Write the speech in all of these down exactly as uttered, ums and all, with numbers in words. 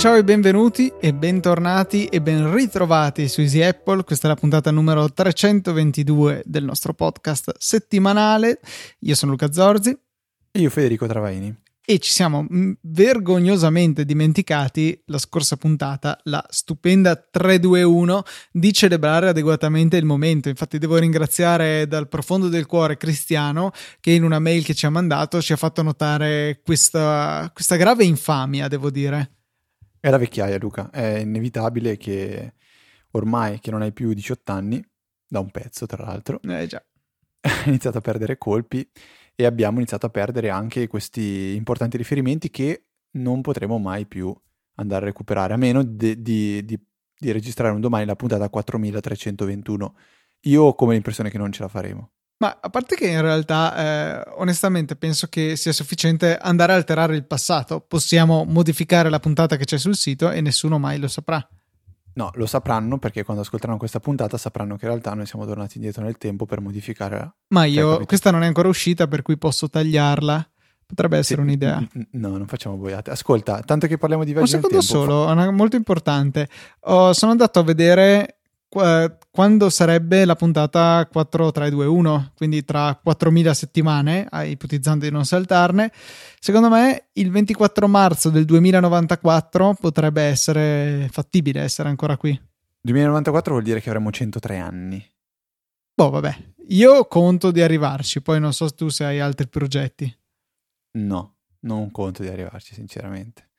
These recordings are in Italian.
ciao e benvenuti e bentornati e ben ritrovati su Easy Apple. Questa è la puntata numero trecentoventidue del nostro podcast settimanale. Io sono Luca Zorzi. E io Federico Travaini. E ci siamo vergognosamente dimenticati la scorsa puntata, la stupenda tre due uno, di celebrare adeguatamente il momento. Infatti devo ringraziare dal profondo del cuore Cristiano, che in una mail che ci ha mandato ci ha fatto notare questa, questa grave infamia, devo dire. È la vecchiaia, Luca. È inevitabile che ormai che non hai più diciotto anni, da un pezzo tra l'altro, Eh già. hai iniziato a perdere colpi. E abbiamo iniziato a perdere anche questi importanti riferimenti che non potremo mai più andare a recuperare, a meno di, di, di, di registrare un domani la puntata quattromilatrecentoventuno. Io ho come l'impressione che non ce la faremo. Ma a parte che in realtà, eh, onestamente, penso che sia sufficiente andare a alterare il passato. Possiamo modificare la puntata che c'è sul sito e nessuno mai lo saprà. No, lo sapranno perché quando ascolteranno questa puntata sapranno che in realtà noi siamo tornati indietro nel tempo per modificare. Ma io, questa non è ancora uscita, per cui posso tagliarla. Potrebbe essere sì, un'idea. No, non facciamo boiate. Ascolta, tanto che parliamo di viaggi Un nel secondo tempo. solo, una molto importante. Oh, sono andato a vedere qu- quando sarebbe la puntata quattro tre due uno, quindi tra quattromila settimane, ipotizzando di non saltarne. Secondo me il ventiquattro marzo del duemilanovantaquattro potrebbe essere fattibile essere ancora qui. duemilanovantaquattro vuol dire che avremo centotré anni. Boh, vabbè, io conto di arrivarci, poi non so tu se hai altri progetti. No, non conto di arrivarci, sinceramente.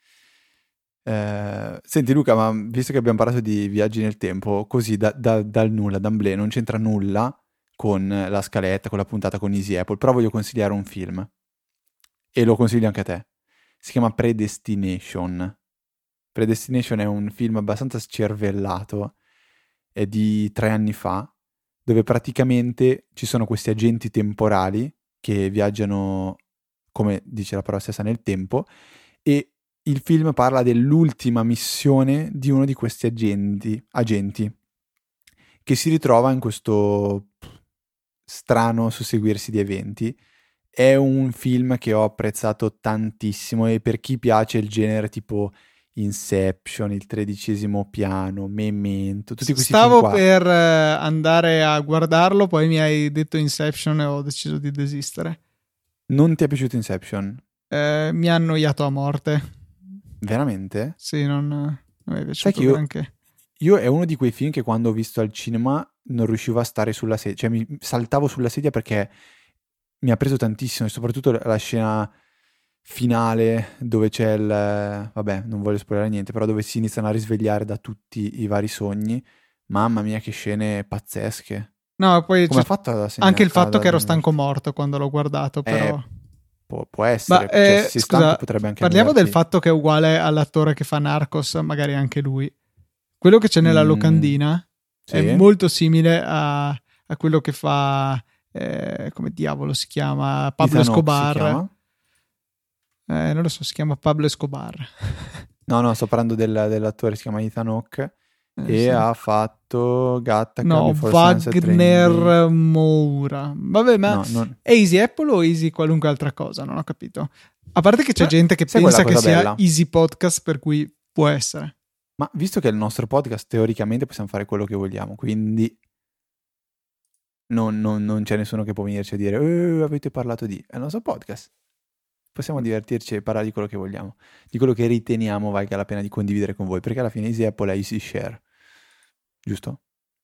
Eh, senti Luca, ma visto che abbiamo parlato di viaggi nel tempo, così da, da, dal nulla, d'amblè, non c'entra nulla con la scaletta, con la puntata con Easy Apple, però voglio consigliare un film. E lo consiglio anche a te. Si chiama Predestination. Predestination è un film abbastanza scervellato, è di tre anni fa, dove praticamente ci sono questi agenti temporali che viaggiano, come dice la parola stessa, nel tempo, e il film parla dell'ultima missione di uno di questi agenti, agenti che si ritrova in questo strano susseguirsi di eventi. È un film che ho apprezzato tantissimo e per chi piace il genere tipo Inception, Il tredicesimo piano, Memento, tutti questi Stavo film qua. per eh, andare a guardarlo, poi mi hai detto Inception e ho deciso di desistere. Non ti è piaciuto Inception? Eh, mi ha annoiato a morte. Veramente? Sì, non, non mi è piaciuto Sai che io, granché. io è uno di quei film che quando ho visto al cinema non riuscivo a stare sulla sedia, cioè mi saltavo sulla sedia perché mi ha preso tantissimo, e soprattutto la scena finale dove c'è il... vabbè, non voglio spoilerare niente, però dove si iniziano a risvegliare da tutti i vari sogni. Mamma mia, che scene pazzesche. No, poi Come c'è ha fatto a anche il fatto da, che ero da stanco morto quando l'ho guardato, però... Eh, può, può essere, Ma, cioè, eh, se sei scusa, stanco potrebbe anche parliamo del annoiarti. fatto che è uguale all'attore che fa Narcos, magari anche lui. Quello che c'è nella Mm, locandina è sì. molto simile a, a quello che fa... Eh, come diavolo si chiama? Pablo Ethan Hawke si Escobar. chiama? Eh, non lo so, si chiama Pablo Escobar. No, no, sto parlando del, dell'attore, si chiama Ethan Hawke. Eh, E sì. ha fatto Gattaca, No, Before Sunset, Rain Wagner Moura. Vabbè, ma No, non... è Easy Apple o Easy qualunque altra cosa? Non ho capito. A parte che c'è Beh, gente che sai pensa quella che cosa sia bella? Easy Podcast, per cui può essere. Ma visto che è il nostro podcast, teoricamente possiamo fare quello che vogliamo, quindi non, non- non c'è nessuno che può venirci a dire "Eh, avete parlato di... È il nostro podcast. Possiamo divertirci e parlare di quello che vogliamo, di quello che riteniamo valga la pena di condividere con voi, perché alla fine Easy Apple è Easy Share, giusto?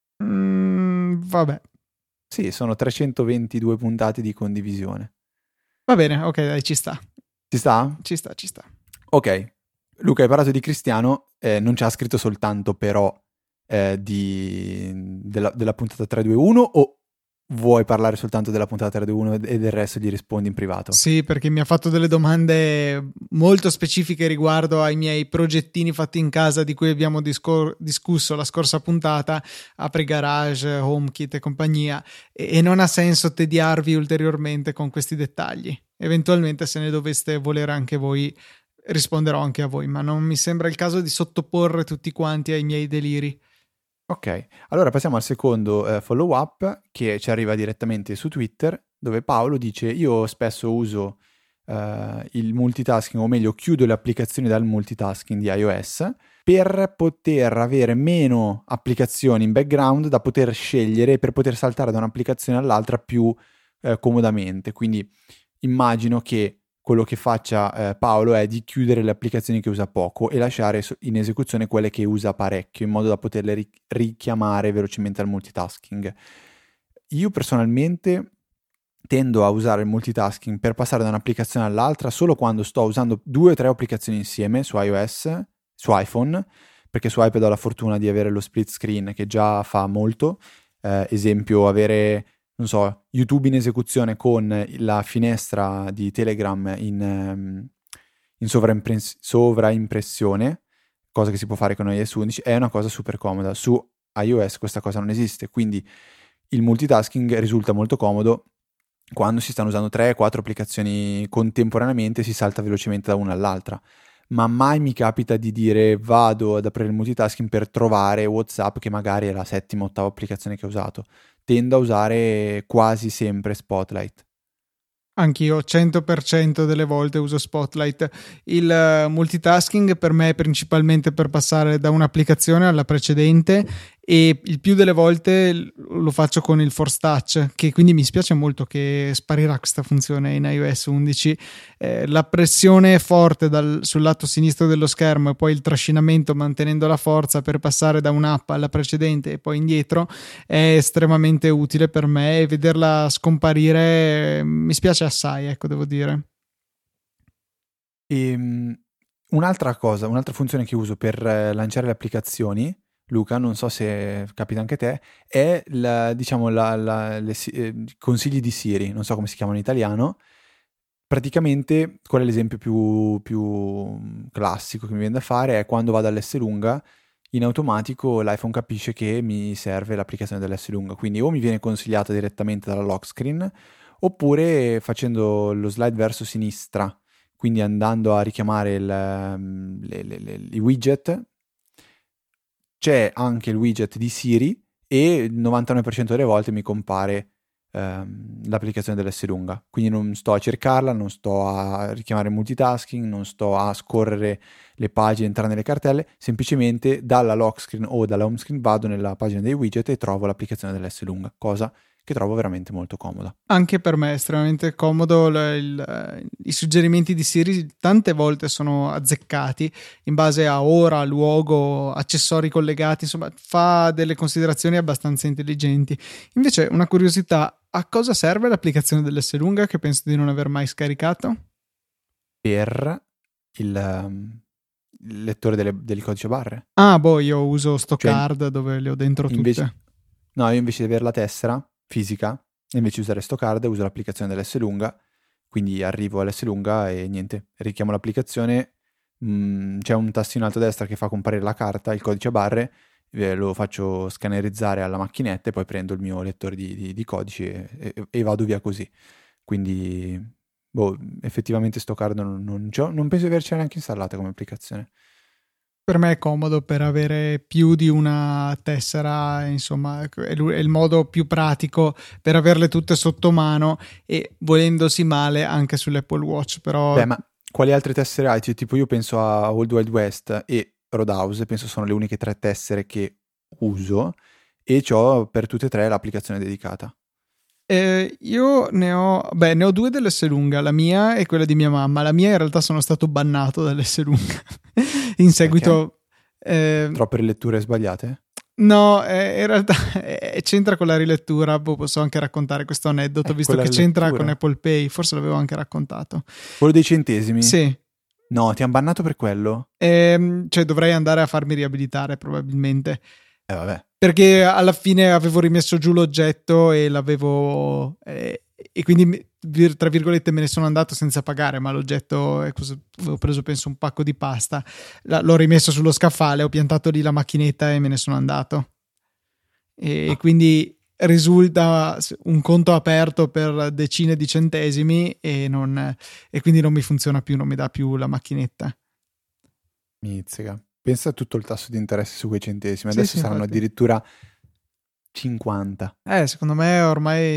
Mm, vabbè. Sì, sono trecentoventidue puntate di condivisione. Va bene, ok, dai, ci sta. Ci sta? Ci sta, ci sta. Ok. Luca, hai parlato di Cristiano, eh, non ci ha scritto soltanto però eh, di, della, della puntata tre due uno o vuoi parlare soltanto della puntata tre due uno e del resto gli rispondi in privato? Sì, perché mi ha fatto delle domande molto specifiche riguardo ai miei progettini fatti in casa di cui abbiamo discor- discusso la scorsa puntata, Apri Garage, HomeKit e compagnia, e-, e non ha senso tediarvi ulteriormente con questi dettagli. Eventualmente, se ne doveste volere anche voi, risponderò anche a voi, ma non mi sembra il caso di sottoporre tutti quanti ai miei deliri. Ok, allora passiamo al secondo eh, follow up che ci arriva direttamente su Twitter, dove Paolo dice: io spesso uso uh, il multitasking, o meglio chiudo le applicazioni dal multitasking di iOS per poter avere meno applicazioni in background da poter scegliere, per poter saltare da un'applicazione all'altra più uh, comodamente. Quindi immagino che quello che faccia eh, Paolo è di chiudere le applicazioni che usa poco e lasciare in esecuzione quelle che usa parecchio, in modo da poterle ri- richiamare velocemente al multitasking. Io personalmente tendo a usare il multitasking per passare da un'applicazione all'altra solo quando sto usando due o tre applicazioni insieme su iOS, su iPhone, perché su iPad ho la fortuna di avere lo split screen che già fa molto. Eh, esempio, avere... non so, YouTube in esecuzione con la finestra di Telegram in, um, in sovraimpress- sovraimpressione, cosa che si può fare con iOS undici, è una cosa super comoda. Su iOS questa cosa non esiste, quindi il multitasking risulta molto comodo quando si stanno usando tre quattro applicazioni contemporaneamente, si salta velocemente da una all'altra. Ma mai mi capita di dire vado ad aprire il multitasking per trovare WhatsApp, che magari è la settima, ottava applicazione che ho usato. Tendo a usare quasi sempre Spotlight. Anch'io cento per cento delle volte uso Spotlight. Il uh, multitasking per me è principalmente per passare da un'applicazione alla precedente, e il più delle volte lo faccio con il Force Touch, che quindi mi spiace molto che sparirà questa funzione in iOS undici. Eh, la pressione forte dal, sul lato sinistro dello schermo e poi il trascinamento mantenendo la forza per passare da un'app alla precedente e poi indietro è estremamente utile per me, e vederla scomparire eh, mi spiace assai, ecco, devo dire. E, um, un'altra cosa, un'altra funzione che uso per uh, lanciare le applicazioni, Luca, non so se capita anche a te, è la, diciamo la, la, le eh, consigli di Siri, non so come si chiamano in italiano. Praticamente qual è l'esempio più, più classico che mi viene da fare? È quando vado all'S lunga, in automatico l'iPhone capisce che mi serve l'applicazione dell'S lunga, quindi o mi viene consigliata direttamente dalla lock screen, oppure facendo lo slide verso sinistra, quindi andando a richiamare il, le, le, le, i widget, c'è anche il widget di Siri e il novantanove per cento delle volte mi compare ehm, l'applicazione dell'S lunga. Quindi non sto a cercarla, non sto a richiamare il multitasking, non sto a scorrere le pagine, entrare nelle cartelle, semplicemente dalla lock screen o dalla home screen vado nella pagina dei widget e trovo l'applicazione dell'S lunga, cosa che trovo veramente molto comoda. Anche per me è estremamente comodo. Il, il, i suggerimenti di Siri tante volte sono azzeccati in base a ora, luogo, accessori collegati, insomma fa delle considerazioni abbastanza intelligenti. Invece una curiosità: a cosa serve l'applicazione dell'S lunga, che penso di non aver mai scaricato? Per il, um, il lettore delle, del codice barre. Ah, boh, io uso Stockcard, cioè, dove le ho dentro invece, tutte. No, io invece di avere la tessera fisica, invece di usare Stockcard, uso l'applicazione dell'S lunga, quindi arrivo all'S lunga e niente, richiamo l'applicazione, mh, c'è un tastino in alto a destra che fa comparire la carta, il codice a barre, eh, lo faccio scannerizzare alla macchinetta e poi prendo il mio lettore di, di, di codici e, e, e vado via così. Quindi, boh, effettivamente Stockcard non, non, non penso di avercela neanche installata come applicazione. Per me è comodo per avere più di una tessera, insomma, è il modo più pratico per averle tutte sotto mano, e volendosi male anche sull'Apple Watch, però... Beh, ma quali altre tessere hai? Cioè, tipo io penso a Old Wild West e Roadhouse, penso sono le uniche tre tessere che uso, e ho per tutte e tre l'applicazione dedicata. Eh, io ne ho, beh, ne ho due dell'S lunga, la mia e quella di mia mamma. La mia in realtà sono stato bannato dall'S lunga in seguito. Eh, Troppe riletture sbagliate? No, eh, in realtà eh, c'entra con la rilettura. Boh, posso anche raccontare questo aneddoto, eh, visto che lettura. c'entra con Apple Pay. Forse l'avevo anche raccontato. Quello dei centesimi? Sì. No, ti hanno bannato per quello? Eh, cioè dovrei andare a farmi riabilitare probabilmente. Eh vabbè. Perché alla fine avevo rimesso giù l'oggetto e l'avevo... Eh, e quindi, tra virgolette, me ne sono andato senza pagare, ma l'oggetto, eh, avevo preso penso un pacco di pasta, la, l'ho rimesso sullo scaffale, ho piantato lì la macchinetta e me ne sono andato. E ah. quindi risulta un conto aperto per decine di centesimi e, non, e quindi non mi funziona più, non mi dà più la macchinetta. Mizzica. Pensa a tutto il tasso di interesse su quei centesimi, sì, adesso sì, saranno infatti. addirittura cinquanta. Eh, secondo me ormai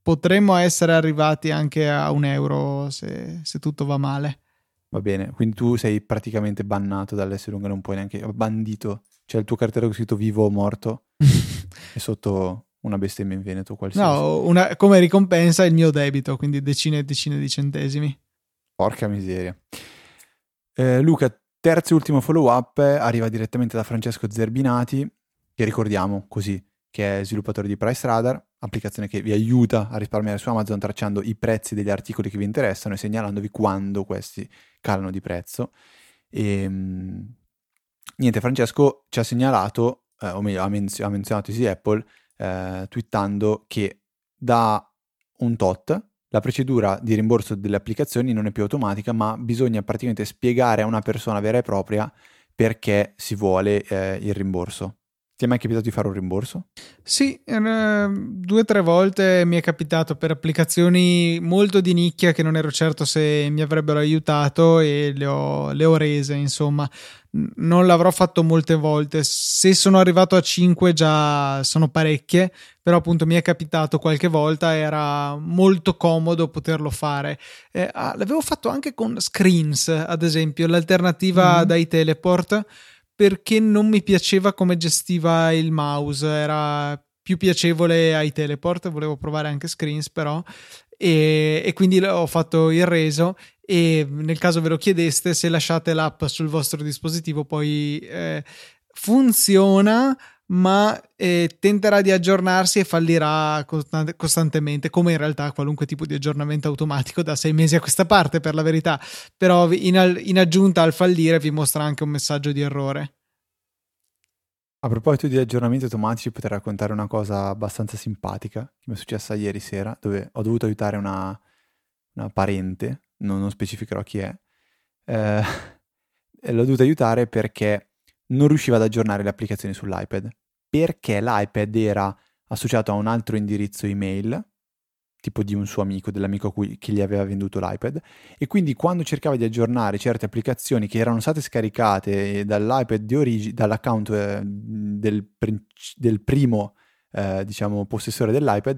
potremmo essere arrivati anche a un euro se, se tutto va male. Va bene, quindi tu sei praticamente bannato dall'S lunga, non puoi neanche, bandito, cioè il tuo cartello scritto vivo o morto è sotto una bestemmia in veneto qualsiasi. No, una, come ricompensa il mio debito, quindi decine e decine di centesimi. Porca miseria. Eh, Luca, terzo e ultimo follow up arriva direttamente da Francesco Zerbinati, che ricordiamo così, che è sviluppatore di Price Radar, applicazione che vi aiuta a risparmiare su Amazon tracciando i prezzi degli articoli che vi interessano e segnalandovi quando questi calano di prezzo. E niente, Francesco ci ha segnalato, eh, o meglio ha, menz- ha menzionato Easy Apple, eh, twittando che da un tot la procedura di rimborso delle applicazioni non è più automatica, ma bisogna praticamente spiegare a una persona vera e propria perché si vuole eh, il rimborso. Ti è mai capitato di fare un rimborso? Sì, eh, due o tre volte mi è capitato per applicazioni molto di nicchia che non ero certo se mi avrebbero aiutato e le ho, le ho rese, insomma. Non l'avrò fatto molte volte. Se sono arrivato a cinque già sono parecchie, però appunto mi è capitato qualche volta, era molto comodo poterlo fare. Eh, ah, l'avevo fatto anche con Screens, ad esempio, l'alternativa mm-hmm. dai teleport, perché non mi piaceva come gestiva il mouse, era più piacevole ai teleport, volevo provare anche Screens però, e, e quindi ho fatto il reso. E nel caso ve lo chiedeste, se lasciate l'app sul vostro dispositivo poi eh, funziona, ma eh, tenterà di aggiornarsi e fallirà costant- costantemente, come in realtà qualunque tipo di aggiornamento automatico da sei mesi a questa parte, per la verità. Però in, al- in aggiunta al fallire vi mostra anche un messaggio di errore. A proposito di aggiornamenti automatici, potrei raccontare una cosa abbastanza simpatica che mi è successa ieri sera, dove ho dovuto aiutare una, una parente, non, non specificherò chi è, eh, e l'ho dovuto aiutare perché non riusciva ad aggiornare le applicazioni sull'iPad, perché l'iPad era associato a un altro indirizzo email, tipo di un suo amico, dell'amico a cui, che gli aveva venduto l'iPad, e quindi quando cercava di aggiornare certe applicazioni che erano state scaricate dall'iPad di origine, dall'account eh, del, del primo eh, diciamo possessore dell'iPad,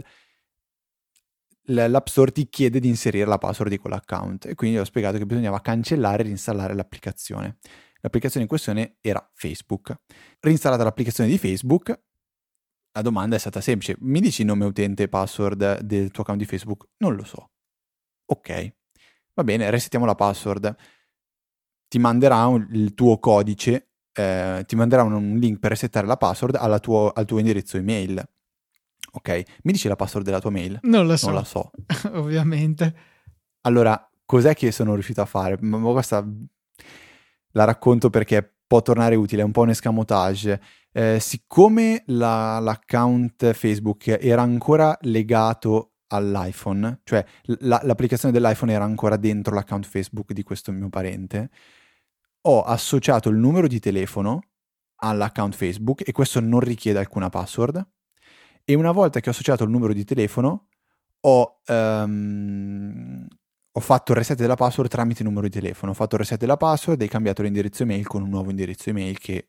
l'App Store ti chiede di inserire la password di quell'account, e quindi ho spiegato che bisognava cancellare e reinstallare l'applicazione. L'applicazione in questione era Facebook. Reinstallata l'applicazione di Facebook, la domanda è stata semplice: mi dici nome utente e password del tuo account di Facebook? Non lo so. Ok, va bene, resettiamo la password. Ti manderà un, il tuo codice, eh, ti manderà un, un link per resettare la password alla tuo, al tuo indirizzo email. Ok, mi dici la password della tua mail? Non la so. Non la so. Ovviamente. Allora, cos'è che sono riuscito a fare? Ma questa la racconto perché può tornare utile, è un po' un escamotage. Eh, siccome la, l'account Facebook era ancora legato all'iPhone, cioè la, l'applicazione dell'iPhone era ancora dentro l'account Facebook di questo mio parente, ho associato il numero di telefono all'account Facebook, e questo non richiede alcuna password, e una volta che ho associato il numero di telefono ho, um, ho fatto il reset della password tramite il numero di telefono, ho fatto il reset della password e cambiato l'indirizzo email con un nuovo indirizzo email che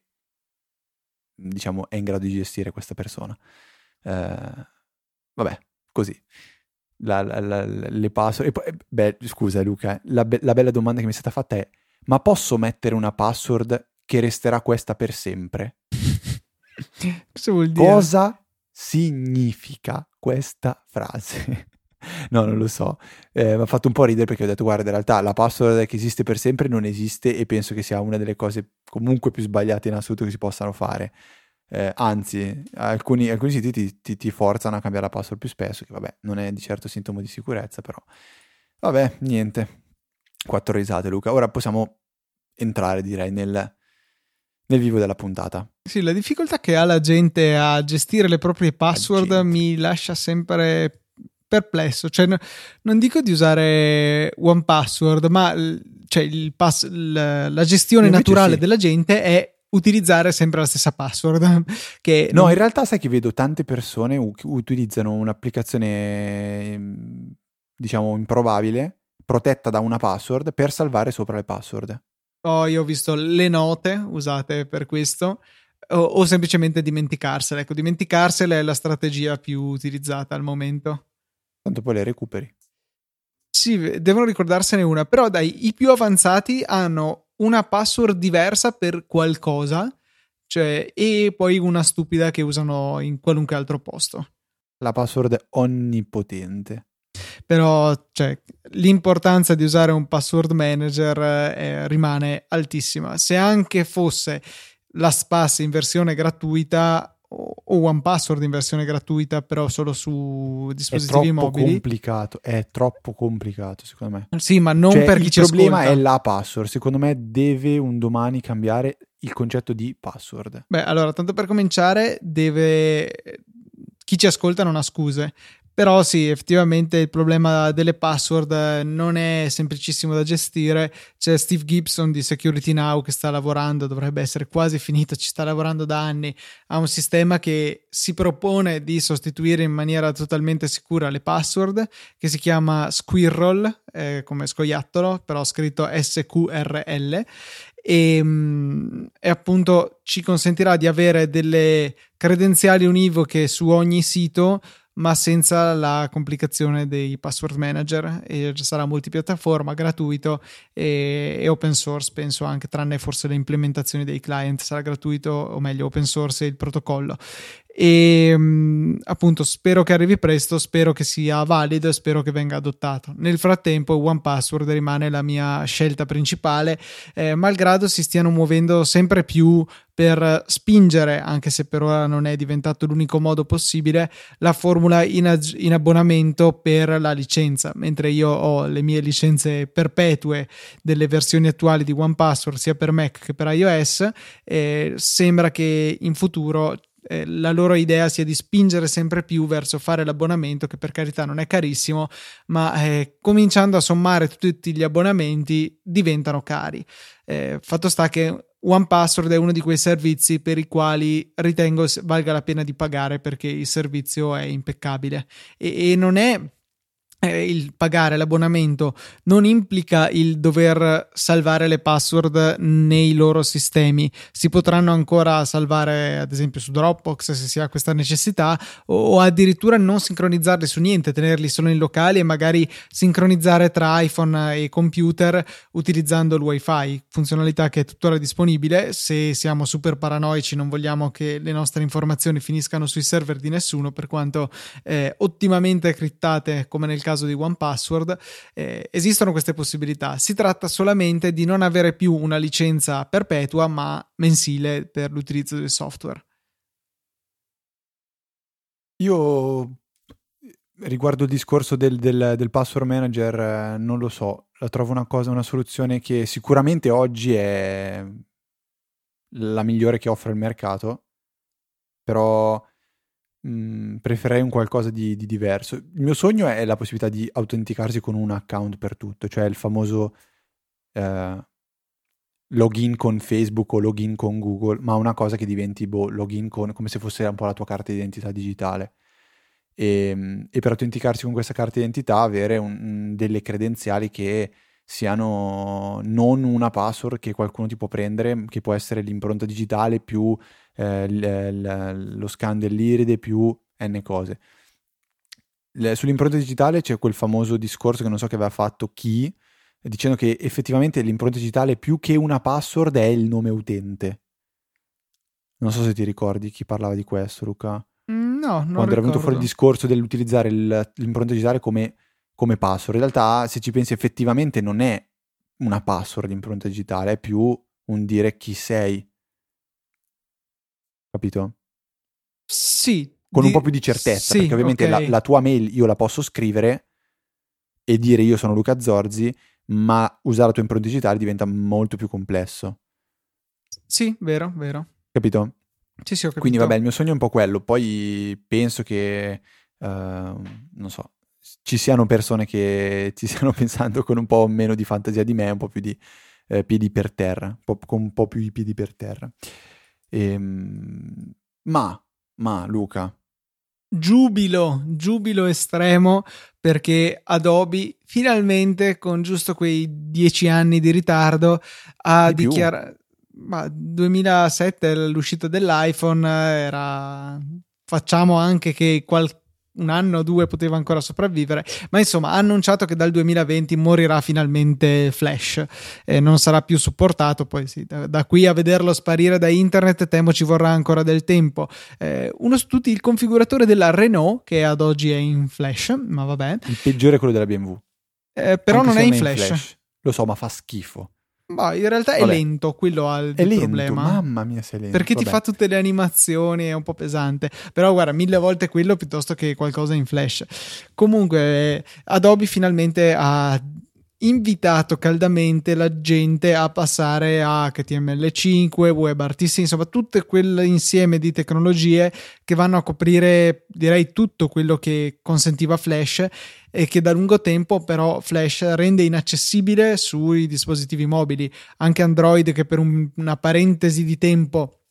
diciamo è in grado di gestire questa persona. Uh, vabbè, così. La, la, la, le password. E poi, beh, scusa Luca, la, be- la bella domanda che mi è stata fatta è: ma posso mettere una password che resterà questa per sempre? Cosa vuol dire? Cosa significa questa frase? No, non lo so. Eh, mi ha fatto un po' ridere perché ho detto: guarda, in realtà la password che esiste per sempre non esiste, e penso che sia una delle cose comunque più sbagliate in assoluto che si possano fare. Eh, anzi, alcuni, alcuni siti ti, ti, ti forzano a cambiare la password più spesso, che vabbè, non è di certo sintomo di sicurezza, però vabbè, niente. Quattro risate, Luca. Ora possiamo entrare, direi, nel, nel vivo della puntata. Sì, la difficoltà che ha la gente a gestire le proprie password mi lascia sempre perplesso. Cioè, no, non dico di usare one password, ma cioè, il pass, la, la gestione naturale sì. della gente è utilizzare sempre la stessa password. Che no, non... in realtà sai che vedo tante persone u- utilizzano un'applicazione, diciamo, improbabile, protetta da una password, per salvare sopra le password. Oh, io ho visto le note usate per questo, o, o semplicemente dimenticarsele. Ecco, dimenticarsele è la strategia più utilizzata al momento. Tanto poi le recuperi. Sì, devono ricordarsene una, però dai, i più avanzati hanno una password diversa per qualcosa, cioè, e poi una stupida che usano in qualunque altro posto. La password è onnipotente. Però cioè, l'importanza di usare un password manager eh, rimane altissima. Se anche fosse LastPass in versione gratuita o one password in versione gratuita, però solo su dispositivi è troppo mobili, complicato, è troppo complicato secondo me. Sì, ma non cioè, per chi il ci problema ascolta. è la password. Secondo me deve un domani cambiare il concetto di password. Beh, allora, tanto per cominciare, deve chi ci ascolta non ha scuse. Però sì, effettivamente il problema delle password non è semplicissimo da gestire. C'è Steve Gibson di Security Now che sta lavorando, dovrebbe essere quasi finito, ci sta lavorando da anni, a un sistema che si propone di sostituire in maniera totalmente sicura le password, che si chiama Squirrel, eh, come scoiattolo, però scritto S Q R L. E, e appunto ci consentirà di avere delle credenziali univoche su ogni sito, ma senza la complicazione dei password manager, e sarà multipiattaforma, gratuito e, e open source, penso anche, tranne forse le implementazioni dei client, sarà gratuito, o meglio open source il protocollo. E mh, appunto spero che arrivi presto, spero che sia valido e spero che venga adottato. Nel frattempo one password rimane la mia scelta principale, eh, malgrado si stiano muovendo sempre più per spingere, anche se per ora non è diventato l'unico modo possibile, la formula in, ag- in abbonamento per la licenza. Mentre io ho le mie licenze perpetue delle versioni attuali di one password sia per Mac che per iOS, eh, sembra che in futuro Eh, la loro idea sia di spingere sempre più verso fare l'abbonamento, che per carità non è carissimo, ma eh, cominciando a sommare tutti gli abbonamenti diventano cari. Eh, fatto sta che one password è uno di quei servizi per i quali ritengo valga la pena di pagare, perché il servizio è impeccabile e, e non è il pagare l'abbonamento non implica il dover salvare le password nei loro sistemi. Si potranno ancora salvare ad esempio su Dropbox se si ha questa necessità, o addirittura non sincronizzarli su niente, tenerli solo in locali e magari sincronizzare tra iPhone e computer utilizzando il wifi, funzionalità che è tuttora disponibile. Se siamo super paranoici, non vogliamo che le nostre informazioni finiscano sui server di nessuno, per quanto eh, ottimamente criptate come nel caso di one password, eh, esistono queste possibilità. Si tratta solamente di non avere più una licenza perpetua, ma mensile per l'utilizzo del software. Io riguardo il discorso del, del, del password manager, eh, non lo so, la trovo una cosa, una soluzione che sicuramente oggi è la migliore che offre il mercato, però Mm, preferirei un qualcosa di, di diverso. Il mio sogno è la possibilità di autenticarsi con un account per tutto, cioè il famoso eh, login con Facebook o login con Google, ma una cosa che diventi boh, login con, come se fosse un po' la tua carta d'identità digitale. E, e per autenticarsi con questa carta d'identità avere un, un, delle credenziali che siano non una password che qualcuno ti può prendere, che può essere l'impronta digitale più eh, l, l, lo scan dell'iride più n cose. Le, sull'impronta digitale c'è quel famoso discorso che non so che aveva fatto chi, dicendo che effettivamente l'impronta digitale più che una password è il nome utente. Non so se ti ricordi chi parlava di questo, Luca. No, non Quando era venuto ricordo. fuori il discorso dell'utilizzare il, l'impronta digitale come, come password. In realtà, se ci pensi, effettivamente non è una password l'impronta digitale, è più un dire chi sei. Capito? Sì. Con di... un po' più di certezza, sì, perché ovviamente okay. la, la tua mail io la posso scrivere e dire io sono Luca Zorzi, ma usare la tua impronta digitale diventa molto più complesso. Sì, vero, vero. Capito? Sì, sì, ho capito. Quindi vabbè, il mio sogno è un po' quello, poi penso che, uh, non so, ci siano persone che ci stiano pensando con un po' meno di fantasia di me, un po' più di eh, piedi per terra, un po', con un po' più di piedi per terra. Ehm, ma, ma Luca... Giubilo, giubilo estremo, perché Adobe finalmente, con giusto quei dieci anni di ritardo, ha dichiarato... Ma duemilasette l'uscita dell'iPhone era... Facciamo anche che qual- un anno o due poteva ancora sopravvivere, ma insomma ha annunciato che dal duemilaventi morirà finalmente Flash, eh, non sarà più supportato. Poi sì, da, da qui a vederlo sparire da internet temo ci vorrà ancora del tempo. Eh, uno su tutti, il configuratore della Renault, che ad oggi è in Flash, ma vabbè, il peggiore è quello della B M W, eh, però anche non se è in in Flash. Flash, lo so, ma fa schifo. Ma in realtà Vabbè. è lento, quello ha il È lento, problema. mamma mia, se è lento. Perché ti Vabbè. fa tutte le animazioni, è un po' pesante. Però guarda, mille volte quello piuttosto che qualcosa in Flash. Comunque, Adobe finalmente ha invitato caldamente la gente a passare a H T M L cinque, WebRTC, insomma tutto quell'insieme di tecnologie che vanno a coprire, direi, tutto quello che consentiva Flash, e che da lungo tempo però Flash rende inaccessibile sui dispositivi mobili. Anche Android, che per un, una parentesi di tempo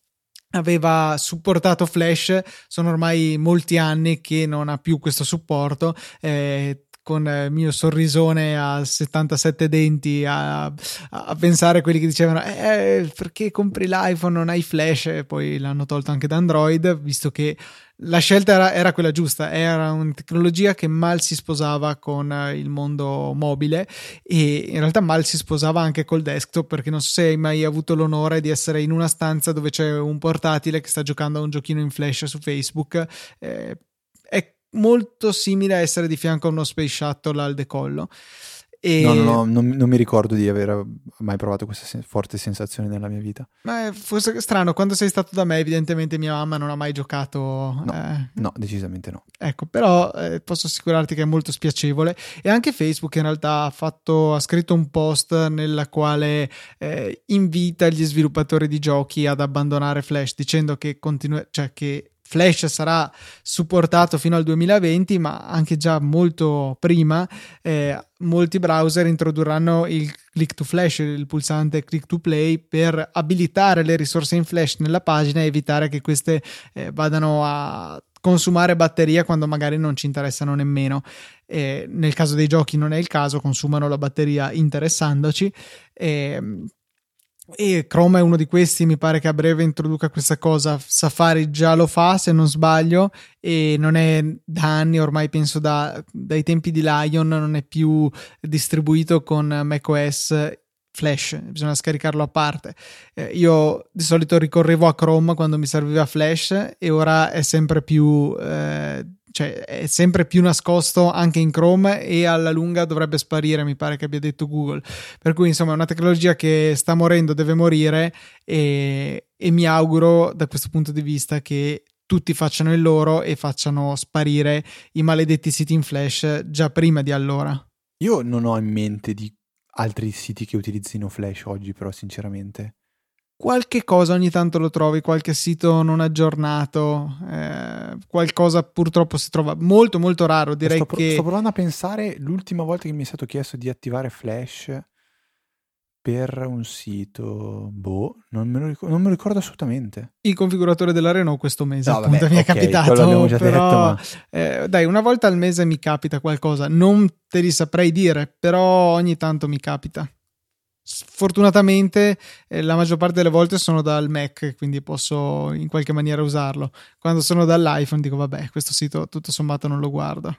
aveva supportato Flash, sono ormai molti anni che non ha più questo supporto. Eh, con il mio sorrisone a settantasette denti a, a pensare a quelli che dicevano eh, perché compri l'iPhone, non hai Flash, e poi l'hanno tolto anche da Android, visto che la scelta era, era quella giusta, era una tecnologia che mal si sposava con il mondo mobile, e in realtà mal si sposava anche col desktop, perché non so se hai mai avuto l'onore di essere in una stanza dove c'è un portatile che sta giocando a un giochino in Flash su Facebook. Eh, è molto simile a essere di fianco a uno Space Shuttle al decollo. E... No, no, no, non, non mi ricordo di aver mai provato questa sen- forte sensazione nella mia vita. Ma è forse strano, quando sei stato da me evidentemente mia mamma non ha mai giocato. No, eh. no, decisamente no. Ecco, però eh, posso assicurarti che è molto spiacevole. E anche Facebook in realtà ha, fatto, ha scritto un post nella quale eh, invita gli sviluppatori di giochi ad abbandonare Flash, dicendo che continua, cioè che Flash sarà supportato fino al duemilaventi, ma anche già molto prima eh, molti browser introdurranno il click to flash, il pulsante click to play, per abilitare le risorse in Flash nella pagina e evitare che queste eh, vadano a consumare batteria quando magari non ci interessano nemmeno. Eh, nel caso dei giochi non è il caso, consumano la batteria interessandoci. Eh, E Chrome è uno di questi, mi pare che a breve introduca questa cosa. Safari già lo fa, se non sbaglio, e non è da anni, ormai penso da, dai tempi di Lion, non è più distribuito con macOS Flash, bisogna scaricarlo a parte. Eh, io di solito ricorrevo a Chrome quando mi serviva Flash, e ora è sempre più... Eh, cioè è sempre più nascosto anche in Chrome, e alla lunga dovrebbe sparire, mi pare che abbia detto Google. Per cui insomma è una tecnologia che sta morendo, deve morire, e, e mi auguro da questo punto di vista che tutti facciano il loro e facciano sparire i maledetti siti in Flash già prima di allora. Io non ho in mente di altri siti che utilizzino Flash oggi, però sinceramente qualche cosa ogni tanto lo trovi, qualche sito non aggiornato, eh, qualcosa purtroppo si trova, molto molto raro, direi. sto, che sto provando a pensare l'ultima volta che mi è stato chiesto di attivare Flash per un sito, boh, non me lo ricordo, non me lo ricordo assolutamente. Il configuratore della Renault questo mese, No, appunto, vabbè, mi è okay, capitato, già però detto, ma... eh, dai, una volta al mese mi capita qualcosa, non te li saprei dire, però ogni tanto mi capita. Fortunatamente eh, la maggior parte delle volte sono dal Mac, quindi posso in qualche maniera usarlo. Quando sono dall'iPhone dico vabbè, questo sito tutto sommato non lo guardo.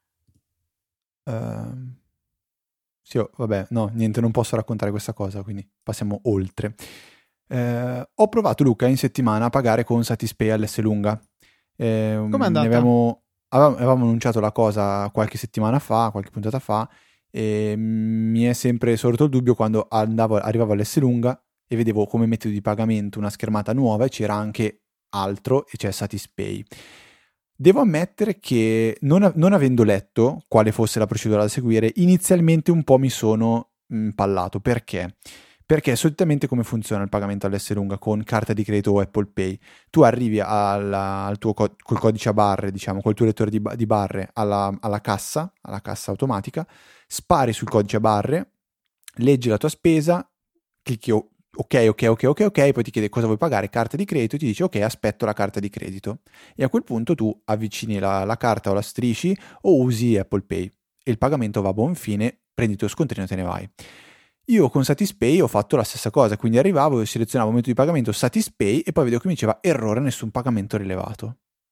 Uh, sì, oh, vabbè, no, niente, non posso raccontare questa cosa, quindi passiamo oltre. Uh, ho provato, Luca, in settimana a pagare con Satispay all'Esselunga. Eh, Com'è andata? Avevamo, avevamo annunciato la cosa qualche settimana fa, qualche puntata fa, e mi è sempre sorto il dubbio quando andavo, arrivavo all'Esselunga e vedevo come metodo di pagamento una schermata nuova e c'era anche altro, e c'è Satispay. Devo ammettere che non, non avendo letto quale fosse la procedura da seguire, inizialmente un po' mi sono impallato. Perché? Perché solitamente come funziona il pagamento all'Esselunga con carta di credito o Apple Pay? Tu arrivi alla, al tuo co- col codice a barre, diciamo, col tuo lettore di, di barre alla, alla cassa, alla cassa automatica, spari sul codice a barre, leggi la tua spesa, clicchi ok, ok, ok, ok, ok, poi ti chiede cosa vuoi pagare, carta di credito, e ti dice ok, aspetto la carta di credito. E a quel punto tu avvicini la, la carta o la strisci o usi Apple Pay e il pagamento va a buon fine, prendi il tuo scontrino e te ne vai. Io con Satispay ho fatto la stessa cosa, quindi arrivavo e selezionavo il metodo di pagamento Satispay e poi vedevo che mi diceva errore, nessun pagamento rilevato.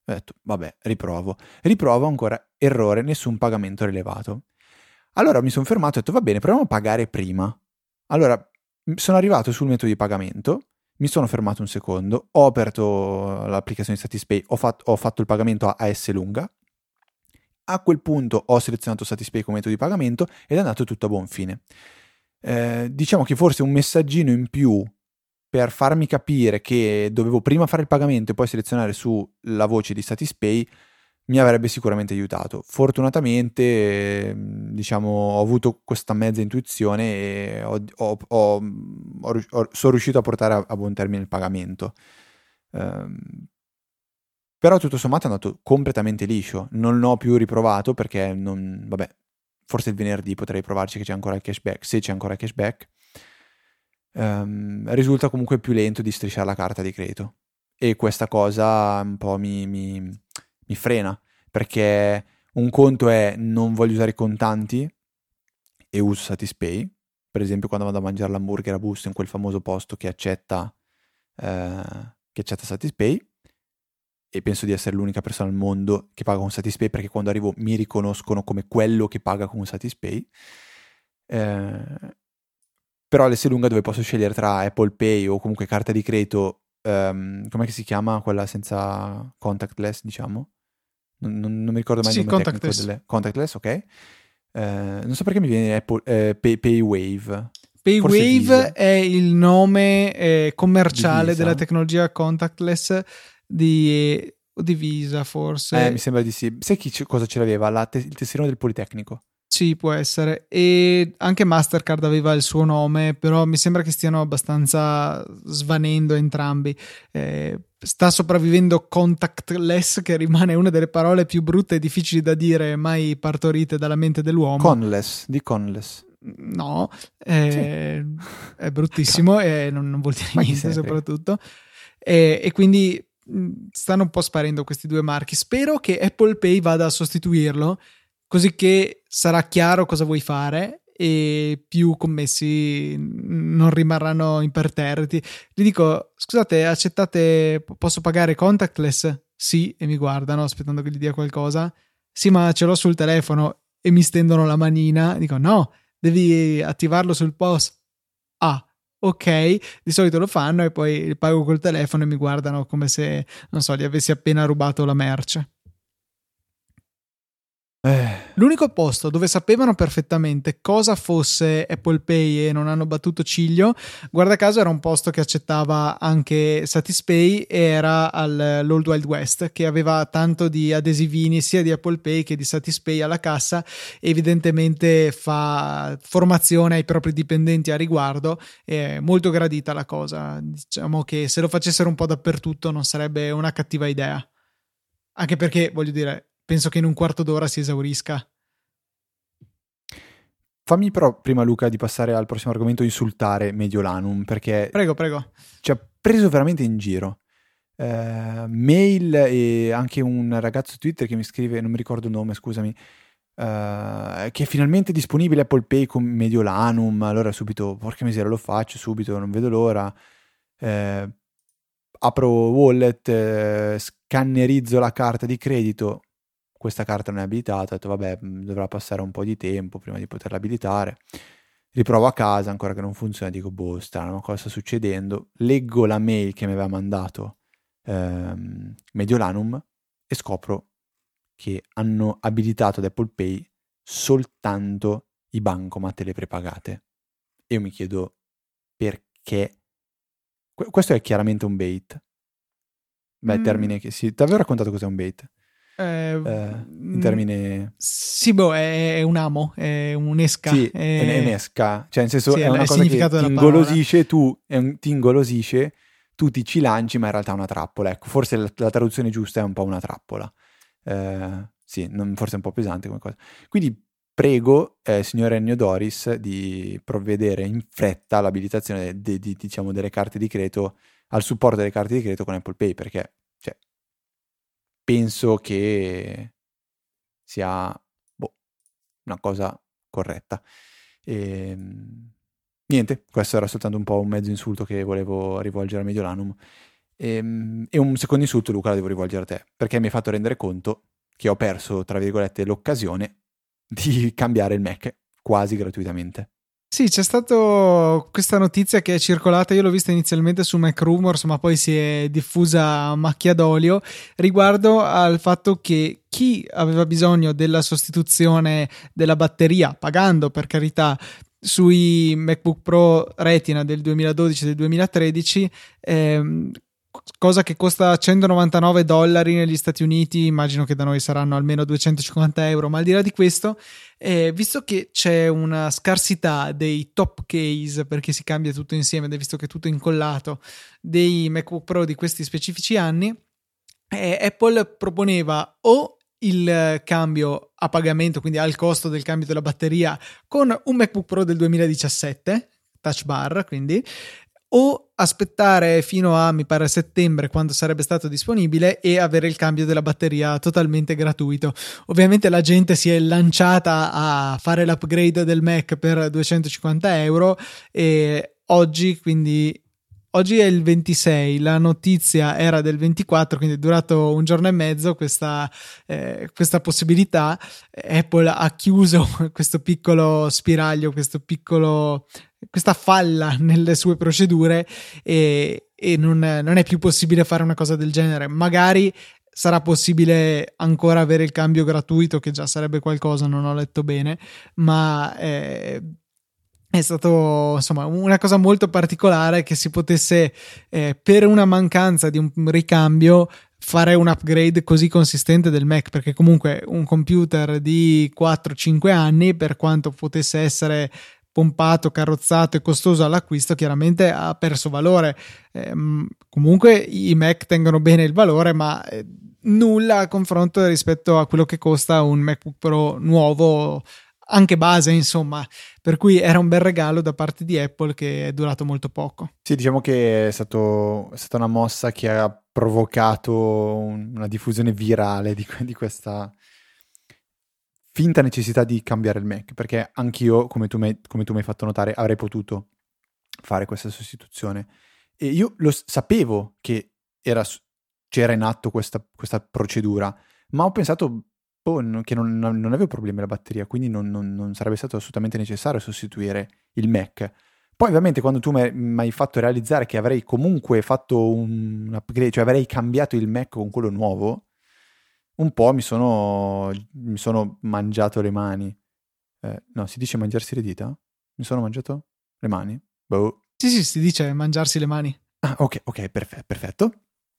Ho detto, vabbè, riprovo. Riprovo ancora, errore, nessun pagamento rilevato. Allora mi sono fermato e ho detto, va bene, proviamo a pagare prima. Allora, sono arrivato sul metodo di pagamento, mi sono fermato un secondo, ho aperto l'applicazione di Satispay, ho, fat- ho fatto il pagamento a S lunga. A quel punto ho selezionato Satispay come metodo di pagamento ed è andato tutto a buon fine. Eh, diciamo che forse un messaggino in più per farmi capire che dovevo prima fare il pagamento e poi selezionare sulla voce di Satispay mi avrebbe sicuramente aiutato. Fortunatamente, eh, diciamo, ho avuto questa mezza intuizione e ho, ho, ho, ho, sono riuscito a portare a, a buon termine il pagamento. Um, però tutto sommato è andato completamente liscio. Non l'ho più riprovato perché non, vabbè, forse il venerdì potrei provarci che c'è ancora il cashback, se c'è ancora il cashback. Um, risulta comunque più lento di strisciare la carta di credito e questa cosa un po' mi, mi, mi frena, perché un conto è non voglio usare i contanti e uso Satispay, per esempio quando vado a mangiare l'hamburger a Busto in quel famoso posto che accetta eh, che accetta Satispay, e penso di essere l'unica persona al mondo che paga con Satispay, perché quando arrivo mi riconoscono come quello che paga con Satispay. eh, Però l'S lunga dove posso scegliere tra Apple Pay o comunque carta di credito, um, com'è che si chiama quella senza contactless, diciamo? Non, non, non mi ricordo mai Sì, il sì, nome tecnico contactless. delle contactless, ok? Eh, non so perché mi viene Apple, eh, Pay, Paywave. Forse Paywave Visa. è il nome eh, Di commerciale della Visa? tecnologia contactless di, o di Visa, Eh, mi forse. sembra di sì. Sai chi c- cosa ce l'aveva? La te- il tesserino del Politecnico. Sì, può essere. E anche Mastercard aveva il suo nome, però mi sembra che stiano abbastanza svanendo entrambi. Eh, sta sopravvivendo contactless, che rimane una delle parole più brutte e difficili da dire, mai partorite dalla mente dell'uomo. Conless, di Conless. No, Sì. eh, è bruttissimo e non, non vuol dire Ma chi se niente, ne frega? soprattutto. E, e quindi mh, stanno un po' sparendo questi due marchi. Spero che Apple Pay vada a sostituirlo, così che sarà chiaro cosa vuoi fare e più commessi non rimarranno imperterriti. Gli dico, scusate, accettate, posso pagare contactless? Sì, e mi guardano aspettando che gli dia qualcosa. Sì, ma ce l'ho sul telefono, e mi stendono la manina. Dico, no, devi attivarlo sul P O S. Ah, ok, di solito lo fanno e poi pago col telefono e mi guardano come se, non so, gli avessi appena rubato la merce. Eh, L'unico posto dove sapevano perfettamente cosa fosse Apple Pay e non hanno battuto ciglio, guarda caso, era un posto che accettava anche Satispay e era all'Old Wild West, che aveva tanto di adesivini sia di Apple Pay che di Satispay alla cassa, e evidentemente fa formazione ai propri dipendenti a riguardo. È molto gradita la cosa. Diciamo che se lo facessero un po' dappertutto non sarebbe una cattiva idea. Anche perché, voglio dire, penso che in un quarto d'ora si esaurisca. Fammi però prima, Luca, di passare al prossimo argomento, insultare Mediolanum, perché Prego, prego. ci ha preso veramente in giro. Eh, mail e anche un ragazzo Twitter che mi scrive, non mi ricordo il nome, scusami, eh, che è finalmente disponibile Apple Pay con Mediolanum. Allora subito, porca miseria, lo faccio subito, non vedo l'ora. Eh, apro wallet, eh, scannerizzo la carta di credito. Questa carta non è abilitata, ho detto vabbè, dovrà passare un po' di tempo prima di poterla abilitare. Riprovo a casa, ancora che non funziona, dico boh, strano, cosa sta succedendo? Leggo la mail che mi aveva mandato ehm, Mediolanum e scopro che hanno abilitato ad Apple Pay soltanto i bancomat e le prepagate. E io mi chiedo perché. Que- questo è chiaramente un bait. Beh, Mm, termine che sì, ti avevo raccontato cos'è un bait. eh, Eh, in mm, termine. sì, boh, è, è un amo, è un'esca. Sì, è, è È, un'esca, cioè nel senso sì, è è il una è il cosa che significato ti della parola. ingolosisce, tu, è un- ti ingolosisce, tu ti ci lanci, ma in realtà è una trappola. Ecco, forse la, la traduzione giusta è un po' una trappola. Eh, sì, non- forse è un po' pesante come cosa. Quindi prego, eh, signor Ennio Doris, di provvedere in fretta all'abilitazione de- di- diciamo, delle carte di credito, al supporto delle carte di credito con Apple Pay, perché cioè, penso che sia boh, una cosa corretta. E, niente, questo era soltanto un po' un mezzo insulto che volevo rivolgere a Mediolanum. E, e un secondo insulto, Luca, lo devo rivolgere a te, perché mi hai fatto rendere conto che ho perso, tra virgolette, l'occasione di cambiare il Mac quasi gratuitamente. Sì, c'è stata questa notizia che è circolata, io l'ho vista inizialmente su Mac Rumors, ma poi si è diffusa a macchia d'olio, riguardo al fatto che chi aveva bisogno della sostituzione della batteria, pagando per carità, sui MacBook Pro Retina del duemiladodici e del duemilatredici, ehm, cosa che costa centonovantanove dollari negli Stati Uniti, immagino che da noi saranno almeno duecentocinquanta euro, ma al di là di questo, eh, visto che c'è una scarsità dei top case, perché si cambia tutto insieme, visto che è tutto incollato, dei MacBook Pro di questi specifici anni, eh, Apple proponeva o il cambio a pagamento, quindi al costo del cambio della batteria, con un MacBook Pro del duemiladiciassette, Touch Bar, quindi, o aspettare fino a, mi pare, settembre, quando sarebbe stato disponibile, e avere il cambio della batteria totalmente gratuito. Ovviamente la gente si è lanciata a fare l'upgrade del Mac per duecentocinquanta euro, e oggi, quindi oggi è il ventisei, la notizia era del ventiquattro, quindi è durato un giorno e mezzo questa, eh, questa possibilità. Apple ha chiuso questo piccolo spiraglio, questo piccolo, questa falla nelle sue procedure, e, e non, non è più possibile fare una cosa del genere. Magari sarà possibile ancora avere il cambio gratuito, che già sarebbe qualcosa, non ho letto bene, ma eh, è stato, insomma, una cosa molto particolare che si potesse, eh, per una mancanza di un ricambio, fare un upgrade così consistente del Mac, perché comunque un computer di quattro cinque anni, per quanto potesse essere pompato, carrozzato e costoso all'acquisto, chiaramente ha perso valore. Eh, comunque i Mac tengono bene il valore, ma eh, nulla a confronto rispetto a quello che costa un MacBook Pro nuovo, anche base, insomma, per cui era un bel regalo da parte di Apple che è durato molto poco. Sì, diciamo che è, stato, è stata una mossa che ha provocato un, una diffusione virale di, di questa finta necessità di cambiare il Mac, perché anch'io, come tu mi come tu mi hai fatto notare, avrei potuto fare questa sostituzione, e io lo sapevo che era, c'era in atto questa, questa procedura, ma ho pensato Oh, no, che non, non avevo problemi alla batteria, quindi non, non, non sarebbe stato assolutamente necessario sostituire il Mac. Poi ovviamente quando tu mi hai fatto realizzare che avrei comunque fatto un upgrade, cioè avrei cambiato il Mac con quello nuovo, un po' mi sono, mi sono mangiato le mani. Eh, no, si dice mangiarsi le dita? Mi sono mangiato le mani? Boh. Sì, sì, si dice mangiarsi le mani. Ah, ok, ok, perfe- perfetto.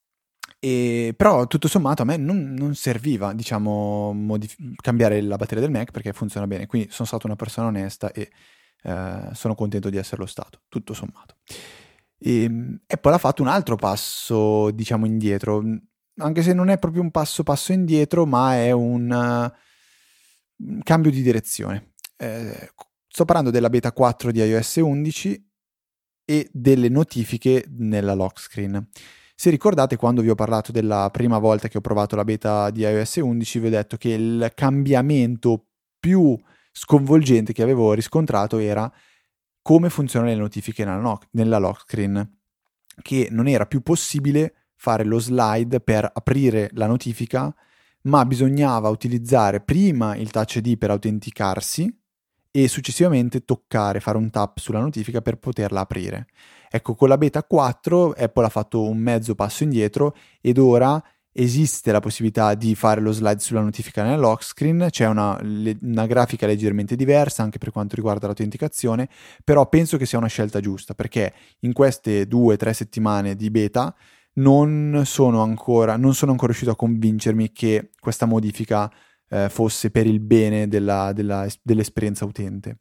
E, però tutto sommato a me non, non serviva, diciamo, modif- cambiare la batteria del Mac, perché funziona bene, quindi sono stato una persona onesta e eh, sono contento di esserlo stato, tutto sommato. E Apple ha fatto un altro passo, diciamo, indietro, anche se non è proprio un passo passo indietro, ma è un, uh, un cambio di direzione. Eh, sto parlando della beta quattro di iOS undici e delle notifiche nella lock screen. Se ricordate, quando vi ho parlato della prima volta che ho provato la beta di iOS undici, vi ho detto che il cambiamento più sconvolgente che avevo riscontrato era come funzionano le notifiche nella, no- nella lock screen, che non era più possibile fare lo slide per aprire la notifica, ma bisognava utilizzare prima il Touch I D per autenticarsi e successivamente toccare, fare un tap sulla notifica per poterla aprire. Ecco, con la beta quattro Apple ha fatto un mezzo passo indietro ed ora esiste la possibilità di fare lo slide sulla notifica nella lock screen, c'è una, una grafica leggermente diversa anche per quanto riguarda l'autenticazione, però penso che sia una scelta giusta, perché in queste due o tre settimane di beta non sono ancora, non sono ancora riuscito a convincermi che questa modifica eh, fosse per il bene della, della, dell'esperienza utente.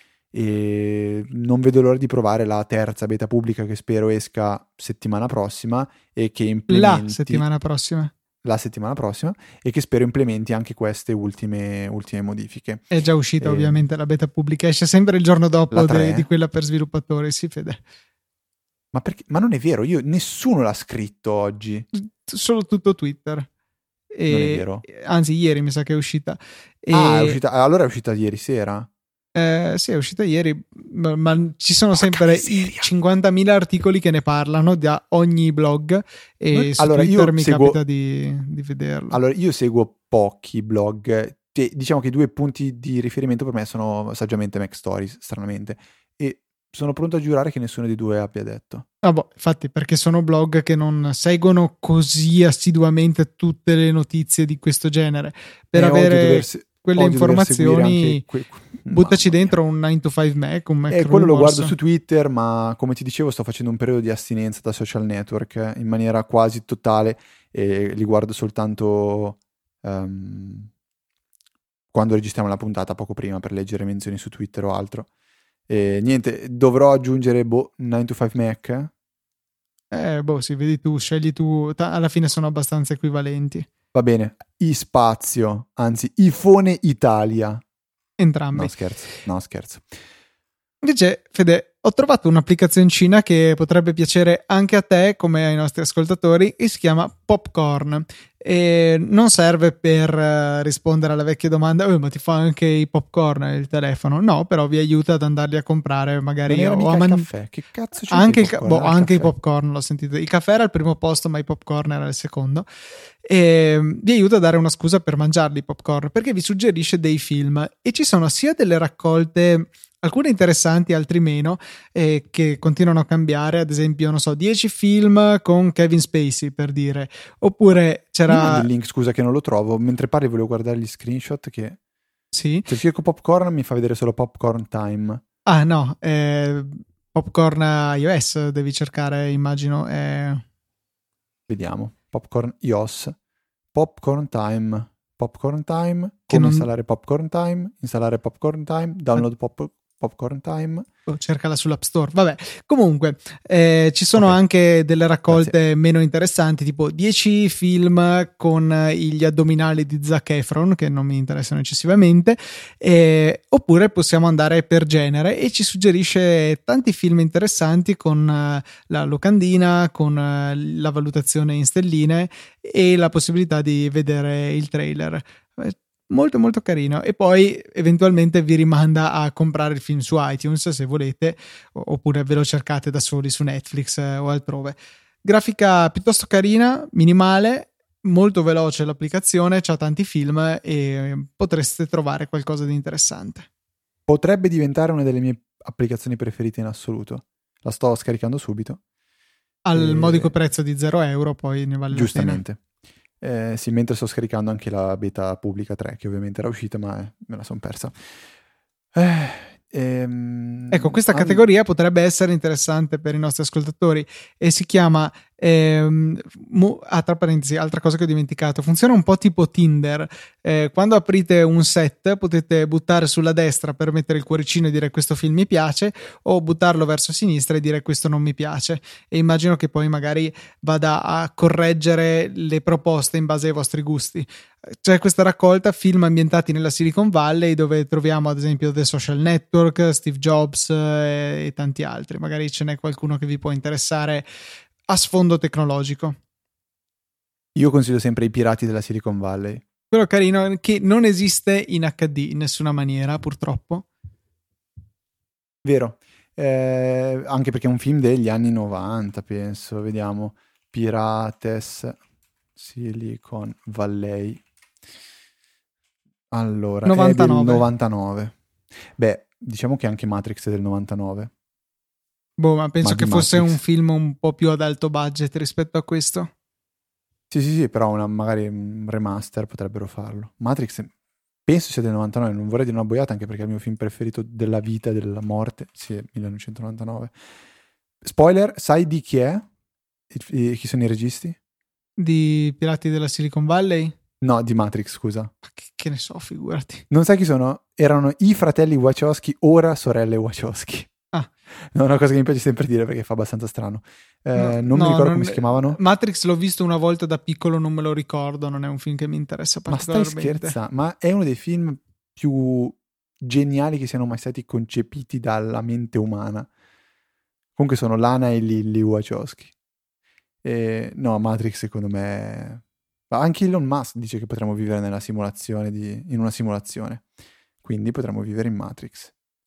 E non vedo l'ora di provare la terza beta pubblica, che spero esca settimana prossima e che implementi La settimana prossima. la settimana prossima e che spero implementi anche queste ultime, ultime modifiche. È già uscita, e... ovviamente la beta pubblica esce sempre il giorno dopo de, di quella per sviluppatori, sì, Fede. Ma, perché? Ma non è vero, io nessuno l'ha scritto oggi. Solo tutto Twitter. E, non è vero. Anzi, ieri mi sa che è uscita. E... Ah, è uscita, allora è uscita ieri sera. Eh, sì, è uscita ieri, ma, ma ci sono Porca sempre miseria. i cinquantamila articoli che ne parlano da ogni blog e Non- su Allora, Twitter io mi seguo, capita di, di vederlo. allora, io seguo pochi blog. Che, diciamo che i due punti di riferimento per me sono saggiamente Mac Stories, stranamente. E sono pronto a giurare che nessuno dei due abbia detto. Ah, boh, infatti, perché sono blog che non seguono così assiduamente tutte le notizie di questo genere. Per E odio dover, avere se- quelle odio dover seguire informazioni, anche... Que- buttaci Mamma mia. dentro un nine to five Mac, un Mac E quello lo guardo Rumors. su Twitter, ma come ti dicevo sto facendo un periodo di astinenza da social network eh, in maniera quasi totale e li guardo soltanto ehm, quando registriamo la puntata, poco prima, per leggere menzioni su Twitter o altro. E niente, dovrò aggiungere boh, nine to five Mac. Eh, boh, sì, vedi tu, scegli tu. Ta- alla fine sono abbastanza equivalenti. Va bene, iSpazio, anzi iPhone Italia. No Entrambi. scherzo, no scherzo. Invece, Fede, ho trovato un'applicazioncina che potrebbe piacere anche a te, come ai nostri ascoltatori, e si chiama Popcorn. E non serve per eh, rispondere alla vecchia domanda, "Oh, ma ti fa anche i popcorn il telefono?" No, però vi aiuta ad andarli a comprare, magari Non era o a mica il man- caffè, che cazzo c'è anche, il il ca- popcorn? boh, Era il anche i caffè. popcorn, l'ho sentito. Il caffè era il primo posto, ma i popcorn era il secondo. E mm, vi aiuta a dare una scusa per mangiarli i popcorn, perché vi suggerisce dei film e ci sono sia delle raccolte, alcune interessanti, altri meno, eh, che continuano a cambiare. Ad esempio, non so, dieci film con Kevin Spacey, per dire. Oppure Mi mandi c'era... il link, scusa che non lo trovo. Mentre parli volevo guardare gli screenshot che... Sì? Se cerco popcorn mi fa vedere solo Popcorn Time. Ah no, eh, popcorn iOS devi cercare, immagino. Eh... Vediamo. Popcorn iOS. Popcorn Time. Popcorn Time. Che Come non... installare Popcorn Time. Installare Popcorn Time. Download pop- Popcorn Time. Oh, cercala sull'App Store. Vabbè, comunque eh, ci sono Ok, anche delle raccolte grazie. meno interessanti, tipo dieci film con eh, gli addominali di Zac Efron, che non mi interessano eccessivamente, eh, oppure possiamo andare per genere e ci suggerisce tanti film interessanti con eh, la locandina, con eh, la valutazione in stelline e la possibilità di vedere il trailer. Eh, Molto molto carino, e poi eventualmente vi rimanda a comprare il film su iTunes se volete, oppure ve lo cercate da soli su Netflix eh, o altrove. Grafica piuttosto carina, minimale, molto veloce l'applicazione, c'ha tanti film e potreste trovare qualcosa di interessante. Potrebbe diventare una delle mie applicazioni preferite in assoluto. La sto scaricando subito. Al E... modico prezzo di zero euro, poi ne vale la pena. Giustamente. Eh, sì, mentre sto scaricando anche la beta pubblica tre, che ovviamente era uscita, ma eh, me la sono persa. Eh, ehm, Ecco, questa an- categoria potrebbe essere interessante per i nostri ascoltatori e si chiama, ehm, mu- ah, tra parentesi, altra cosa che ho dimenticato, funziona un po' tipo Tinder. Eh, quando aprite un set potete buttare sulla destra per mettere il cuoricino e dire questo film mi piace, o buttarlo verso sinistra e dire questo non mi piace, e immagino che poi magari vada a correggere le proposte in base ai vostri gusti. C'è questa raccolta film ambientati nella Silicon Valley, dove troviamo ad esempio The Social Network, Steve Jobs e, e tanti altri. Magari ce n'è qualcuno che vi può interessare a sfondo tecnologico. io consiglio sempre i pirati della Silicon Valley. Quello carino, che non esiste in acca di in nessuna maniera, purtroppo. Vero. Eh, anche perché è un film degli anni novanta, penso. Vediamo. Pirates Silicon Valley. Allora, è del novantanove. novantanove. Beh, diciamo che anche Matrix è del novantanove. Boh, ma penso Ma che di fosse Matrix. un film un po' più ad alto budget rispetto a questo. Sì, sì, sì, però una, magari un remaster potrebbero farlo. Matrix penso sia del novantanove, non vorrei dire una boiata anche perché è il mio film preferito della vita e della morte. Sì, è millenovecentonovantanove. Spoiler, sai di chi è? I- i- chi sono i registi? Di Pirati della Silicon Valley? No, di Matrix, scusa. Ma che, che ne so, figurati. Non sai chi sono? Erano i fratelli Wachowski, ora sorelle Wachowski. Ah. No, è una cosa che mi piace sempre dire perché fa abbastanza strano. Eh, No, non no, mi ricordo non- come si chiamavano. Matrix l'ho visto una volta da piccolo, non me lo ricordo, non è un film che mi interessa Ma stai particolarmente. scherzando? Ma è uno dei film più geniali che siano mai stati concepiti dalla mente umana. Comunque sono Lana e Lily Wachowski. E, no, Matrix secondo me... Ma anche Elon Musk dice che potremmo vivere nella simulazione di... in una simulazione. Quindi potremmo vivere in Matrix.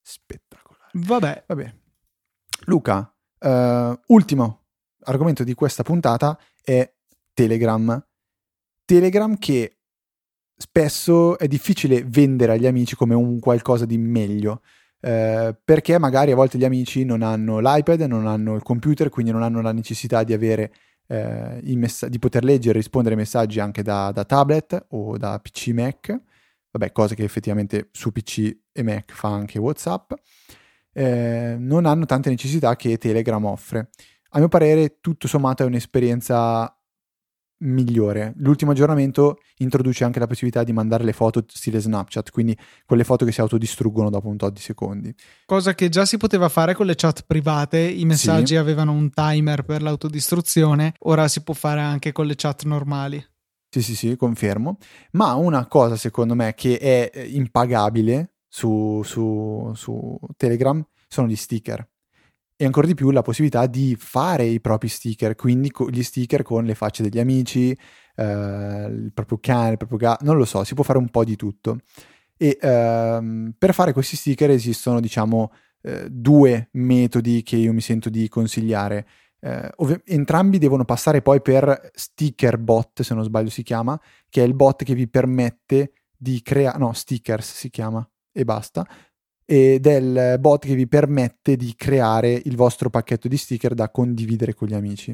spettacolare. Vabbè. Vabbè. Luca, uh, ultimo argomento di questa puntata è Telegram. Telegram che spesso è difficile vendere agli amici come un qualcosa di meglio, eh, perché magari a volte gli amici non hanno l'iPad, non hanno il computer, quindi non hanno la necessità di avere eh, i mess- di poter leggere e rispondere ai messaggi anche da, da tablet o da P C Mac, vabbè, cose che effettivamente su P C e Mac fa anche WhatsApp. Eh, non hanno tante necessità che Telegram offre. A mio parere, tutto sommato è un'esperienza migliore. L'ultimo aggiornamento introduce anche la possibilità di mandare le foto stile Snapchat, quindi quelle foto che si autodistruggono dopo un tot di secondi. Cosa che già si poteva fare con le chat private, i messaggi Sì. avevano un timer per l'autodistruzione, ora si può fare anche con le chat normali. Sì, sì, sì, confermo. Ma una cosa secondo me che è impagabile su, su, su Telegram sono gli sticker. E ancora di più la possibilità di fare i propri sticker, quindi gli sticker con le facce degli amici, eh, il proprio cane, il proprio gatto, non lo so, si può fare un po' di tutto. E ehm, per fare questi sticker esistono, diciamo, eh, due metodi che io mi sento di consigliare. Eh, ov- entrambi devono passare poi per Sticker Bot, se non sbaglio si chiama, che è il bot che vi permette di creare, no, Stickers si chiama, e basta, ed è il bot che vi permette di creare il vostro pacchetto di sticker da condividere con gli amici.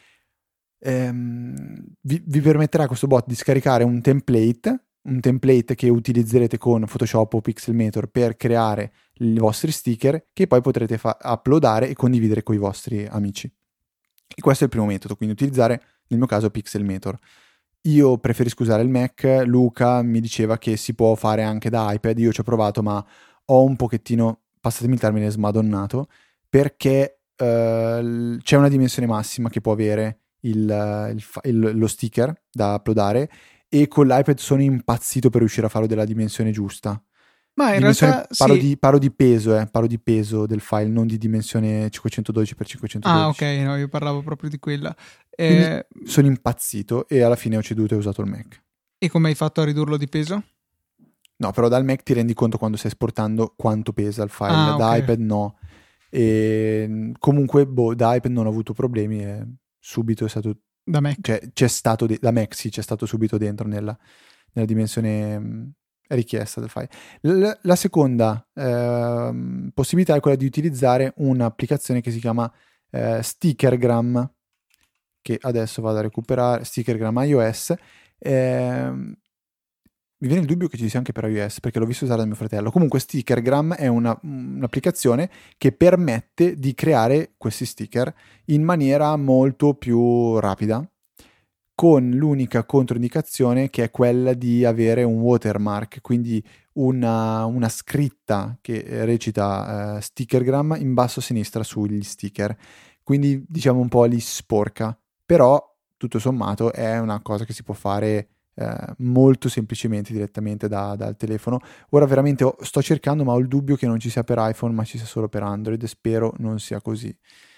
Ehm, vi, vi permetterà questo bot di scaricare un template, un template che utilizzerete con Photoshop o Pixelmator per creare i vostri sticker, che poi potrete fa- uploadare e condividere con i vostri amici. E questo è il primo metodo, quindi utilizzare, nel mio caso, Pixelmator. Io preferisco usare il Mac. Luca mi diceva che si può fare anche da iPad, io ci ho provato, ma ho un pochettino, passatemi il termine, smadonnato, perché uh, c'è una dimensione massima che può avere il, il, il, lo sticker da uploadare, e con l'iPad sono impazzito per riuscire a farlo della dimensione giusta. Ma in dimensione, realtà parlo, sì. di, parlo di peso, eh, parlo di peso del file, non di dimensione cinquecentododici per cinquecentododici. Ah, ok, no, io parlavo proprio di quella. Quindi Eh, sono impazzito e alla fine ho ceduto e ho usato il Mac. e come hai fatto a ridurlo di peso? No, però dal Mac ti rendi conto quando stai esportando quanto pesa il file, Ah, da ok. iPad no. E comunque, boh, da iPad non ho avuto problemi e subito è stato, Da Mac. cioè c'è stato, de- da Mac sì, c'è stato subito dentro nella, nella dimensione mh, richiesta del file. L- la seconda eh, possibilità è quella di utilizzare un'applicazione che si chiama eh, Stickergram, che adesso vado a recuperare, Stickergram iOS. Eh, mi viene il dubbio che ci sia anche per iOS, perché l'ho visto usare da mio fratello. Comunque Stickergram è una, un'applicazione che permette di creare questi sticker in maniera molto più rapida, con l'unica controindicazione che è quella di avere un watermark, quindi una, una scritta che recita uh, Stickergram in basso a sinistra sugli sticker. Quindi diciamo un po' li sporca, però tutto sommato è una cosa che si può fare eh, molto semplicemente direttamente da, dal telefono. Ora veramente ho, sto cercando, ma ho il dubbio che non ci sia per iPhone, ma ci sia solo per Android, e spero non sia così.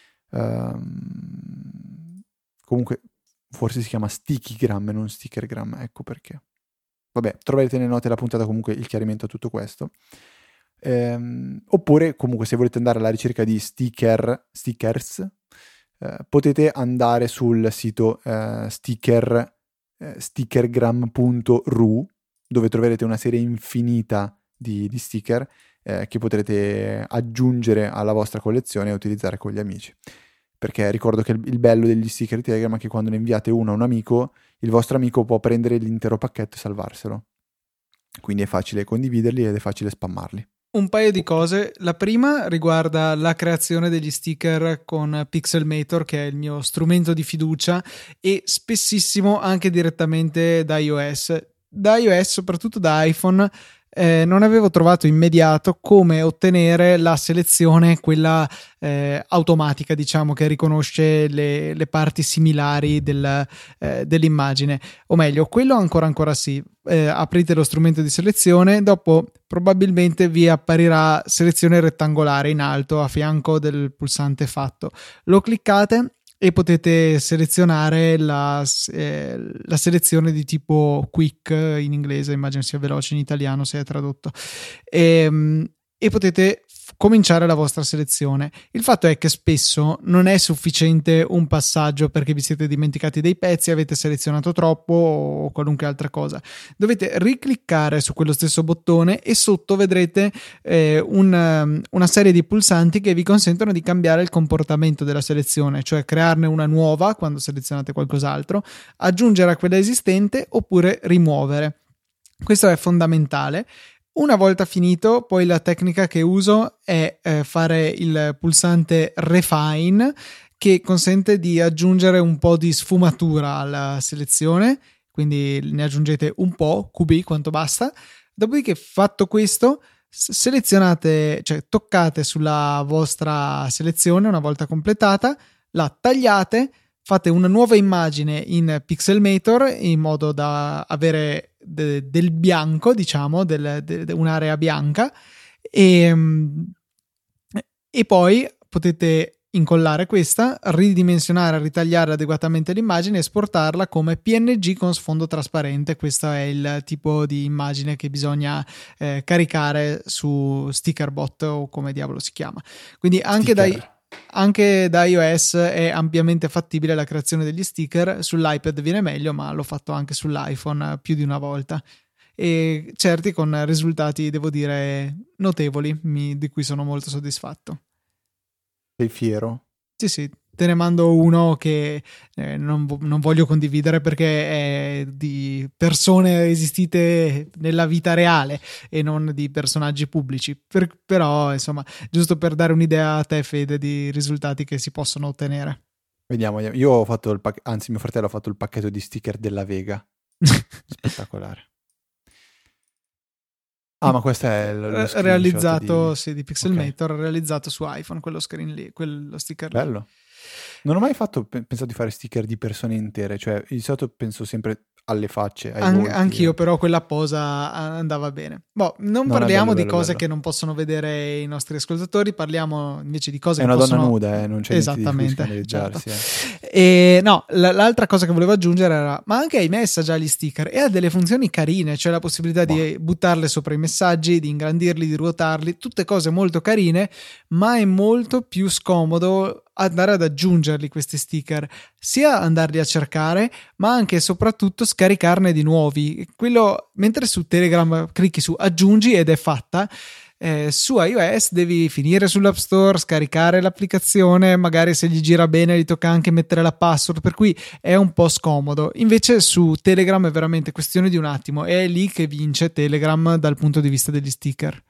Um, comunque forse si chiama Stickygram e non Stickergram, ecco perché. Vabbè, troverete nelle note della puntata comunque il chiarimento a tutto questo. Ehm, oppure comunque se volete andare alla ricerca di sticker, stickers, eh, potete andare sul sito eh, sticker, eh, stickergram punto ru, dove troverete una serie infinita di, di sticker eh, che potrete aggiungere alla vostra collezione e utilizzare con gli amici. Perché ricordo che il, il bello degli sticker di Telegram è che quando ne inviate uno a un amico, il vostro amico può prendere l'intero pacchetto e salvarselo. Quindi è facile condividerli ed è facile spammarli. Un paio di cose. La prima riguarda la creazione degli sticker con Pixelmator, che è il mio strumento di fiducia, e spessissimo anche direttamente da iOS. Da iOS, soprattutto da iPhone, eh, non avevo trovato immediato come ottenere la selezione, quella eh, automatica, diciamo, che riconosce le, le parti similari del, eh, dell'immagine. O meglio, quello ancora ancora sì. Eh, aprite lo strumento di selezione, dopo probabilmente vi apparirà selezione rettangolare in alto a fianco del pulsante fatto. Lo cliccate e potete selezionare la, eh, la selezione di tipo quick in inglese, immagino sia veloce in italiano se è tradotto, e, e potete cominciare la vostra selezione. Il fatto è che spesso non è sufficiente un passaggio perché vi siete dimenticati dei pezzi, avete selezionato troppo o qualunque altra cosa. Dovete ricliccare su quello stesso bottone e sotto vedrete eh, un, una serie di pulsanti che vi consentono di cambiare il comportamento della selezione, cioè crearne una nuova quando selezionate qualcos'altro, aggiungere a quella esistente oppure rimuovere. Questo è fondamentale. Una volta finito, poi la tecnica che uso è eh, fare il pulsante Refine, che consente di aggiungere un po' di sfumatura alla selezione, quindi ne aggiungete un po', Q B quanto basta. Dopodiché, fatto questo, selezionate, cioè toccate sulla vostra selezione una volta completata, la tagliate, fate una nuova immagine in Pixelmator in modo da avere de, del bianco, diciamo, del, de, de un'area bianca, e, e poi potete incollare questa, ridimensionare, ritagliare adeguatamente l'immagine e esportarla come P N G con sfondo trasparente. Questo è il tipo di immagine che bisogna eh, caricare su Stickerbot o come diavolo si chiama. Quindi anche Sticker. dai Anche da iOS è ampiamente fattibile la creazione degli sticker. Sull'iPad viene meglio, ma l'ho fatto anche sull'iPhone più di una volta e certi con risultati, devo dire, notevoli, mi, di cui sono molto soddisfatto. Sei fiero? Sì, sì, te ne mando uno che eh, non, non voglio condividere perché è di persone esistite nella vita reale e non di personaggi pubblici, per, però insomma, giusto per dare un'idea a te, Fede, di risultati che si possono ottenere. Vediamo, vediamo. Io ho fatto il pac- anzi mio fratello ha fatto il pacchetto di sticker della Vega. Spettacolare. Ah, ma questo è lo, lo realizzato di... sì, di Pixelmator, okay. Realizzato su iPhone, quello screen lì, quello sticker lì. Bello. Non ho mai fatto, pensato di fare sticker di persone intere, cioè di solito penso sempre alle facce, ai An- volti, anch'io eh. però quella posa andava bene. Boh, non, non parliamo bello, di bello, cose bello. Che non possono vedere i nostri ascoltatori, parliamo invece di cose è che una possono... donna nuda, eh, non c'è esattamente, niente di certo. eh. E no, l- l'altra cosa che volevo aggiungere era, ma anche iMessage ha gli sticker e ha delle funzioni carine, cioè la possibilità boh. di buttarle sopra i messaggi, di ingrandirli, di ruotarli, tutte cose molto carine, ma è molto più scomodo andare ad aggiungerli questi sticker, sia andarli a cercare ma anche e soprattutto scaricarne di nuovi. Quello, mentre su Telegram clicchi su aggiungi ed è fatta, eh, su iOS devi finire sull'App Store, scaricare l'applicazione, magari se gli gira bene gli tocca anche mettere la password, per cui è un po' scomodo. Invece su Telegram è veramente questione di un attimo, è lì che vince Telegram dal punto di vista degli sticker.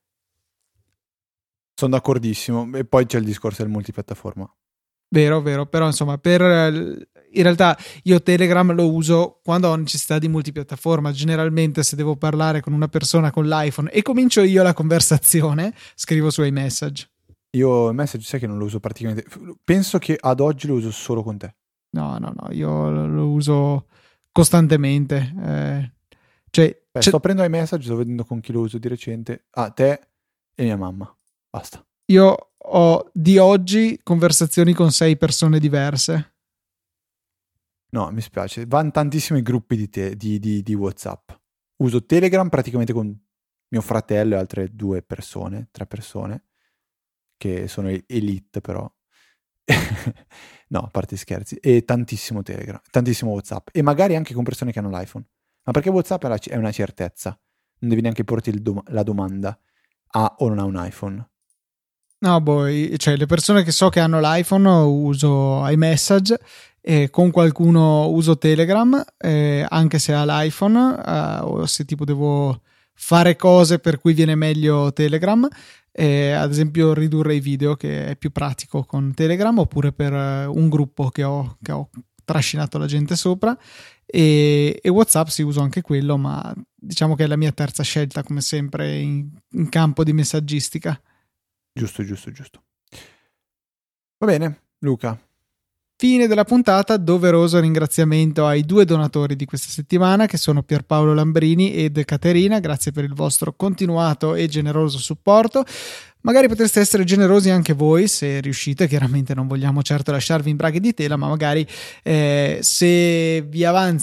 Sono d'accordissimo, e poi c'è il discorso del multipiattaforma. Vero, vero, però insomma, per in realtà io Telegram lo uso quando ho necessità di multipiattaforma. Generalmente se devo parlare con una persona con l'iPhone e comincio io la conversazione, scrivo su iMessage. Io iMessage sai che non lo uso praticamente, penso che ad oggi lo uso solo con te. No, no, no, io lo uso costantemente. Eh, cioè, Beh, sto aprendo iMessage, sto vedendo con chi lo uso di recente. Ah, te e mia mamma. Basta. Io ho di oggi conversazioni con sei persone diverse. No, mi spiace. Vanno tantissimi gruppi di, te, di, di, di WhatsApp. Uso Telegram praticamente con mio fratello e altre due persone, tre persone, che sono elite però. No, a parte scherzi. E tantissimo Telegram, tantissimo WhatsApp. E magari anche con persone che hanno l'iPhone. Ma perché WhatsApp è, la, è una certezza. Non devi neanche porti il dom- la domanda. Ha o non ha un iPhone? No, boh, cioè le persone che so che hanno l'iPhone uso iMessage e con qualcuno uso Telegram, eh, anche se ha l'iPhone, eh, o se tipo devo fare cose per cui viene meglio Telegram, eh, ad esempio ridurre i video, che è più pratico con Telegram, oppure per un gruppo che ho, che ho trascinato la gente sopra, e, e WhatsApp si uso anche quello, ma diciamo che è la mia terza scelta come sempre in, in campo di messaggistica. Giusto, giusto, giusto. Va bene, Luca. Fine della puntata, doveroso ringraziamento ai due donatori di questa settimana che sono Pierpaolo Lambrini ed Caterina. Grazie per il vostro continuato e generoso supporto. Magari potreste essere generosi anche voi se riuscite, chiaramente non vogliamo certo lasciarvi in braghe di tela, ma magari eh, se vi avanza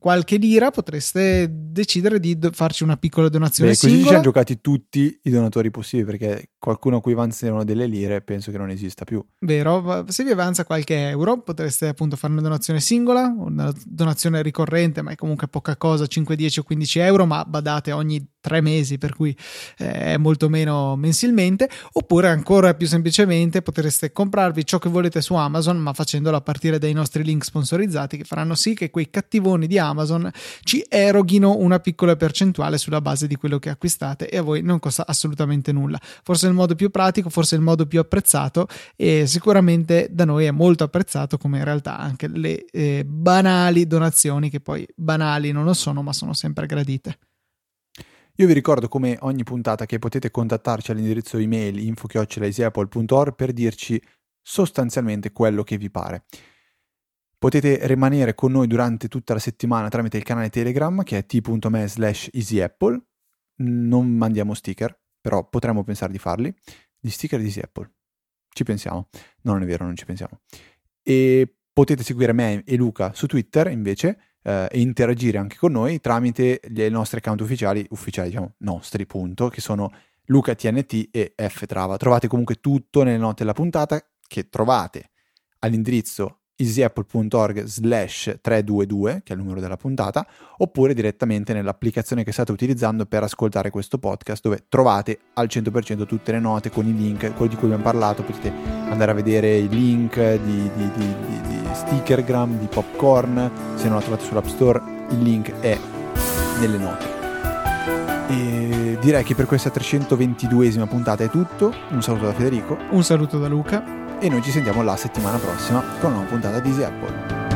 qualche lira potreste decidere di do- farci una piccola donazione Beh, così singola. ci hanno giocati tutti i donatori possibili, perché qualcuno a cui avanzano delle lire penso che non esista più. Vero, se vi avanza qualche euro potreste appunto fare una donazione singola, una donazione ricorrente, ma è comunque poca cosa, cinque, dieci o quindici euro, ma badate ogni tre mesi, per cui eh, è molto meno mensilmente. Oppure ancora più semplicemente potreste comprarvi ciò che volete su Amazon, ma facendolo a partire dai nostri link sponsorizzati, che faranno sì che quei cattivoni di Amazon ci eroghino una piccola percentuale sulla base di quello che acquistate, e a voi non costa assolutamente nulla. Forse è il modo più pratico, forse è il modo più apprezzato, e sicuramente da noi è molto apprezzato, come in realtà anche le eh, banali donazioni, che poi banali non lo sono, ma sono sempre gradite. Io vi ricordo, come ogni puntata, che potete contattarci all'indirizzo email info chiocciola easyapple punto org per dirci sostanzialmente quello che vi pare. Potete rimanere con noi durante tutta la settimana tramite il canale Telegram, che è t.me slash easyapple. Non mandiamo sticker, però potremmo pensare di farli. Di sticker di Easyapple ci pensiamo. No, non è vero, non ci pensiamo. E potete seguire me e Luca su Twitter invece, eh, e interagire anche con noi tramite i nostri account ufficiali, ufficiali diciamo nostri, punto, che sono LucaTNT e Ftrava. Trovate comunque tutto nelle note della puntata, che trovate all'indirizzo easyapple punto org slash trecentoventidue, che è il numero della puntata, oppure direttamente nell'applicazione che state utilizzando per ascoltare questo podcast, dove trovate al cento per cento tutte le note con i link, quello di cui abbiamo parlato. Potete andare a vedere i link di, di, di, di, di Stickergram, di Popcorn. Se non la trovate sull'App Store, il link è nelle note. E direi che per questa trecentoventiduesima puntata è tutto. Un saluto da Federico, un saluto da Luca, e noi ci sentiamo la settimana prossima con una nuova puntata di Easyapple.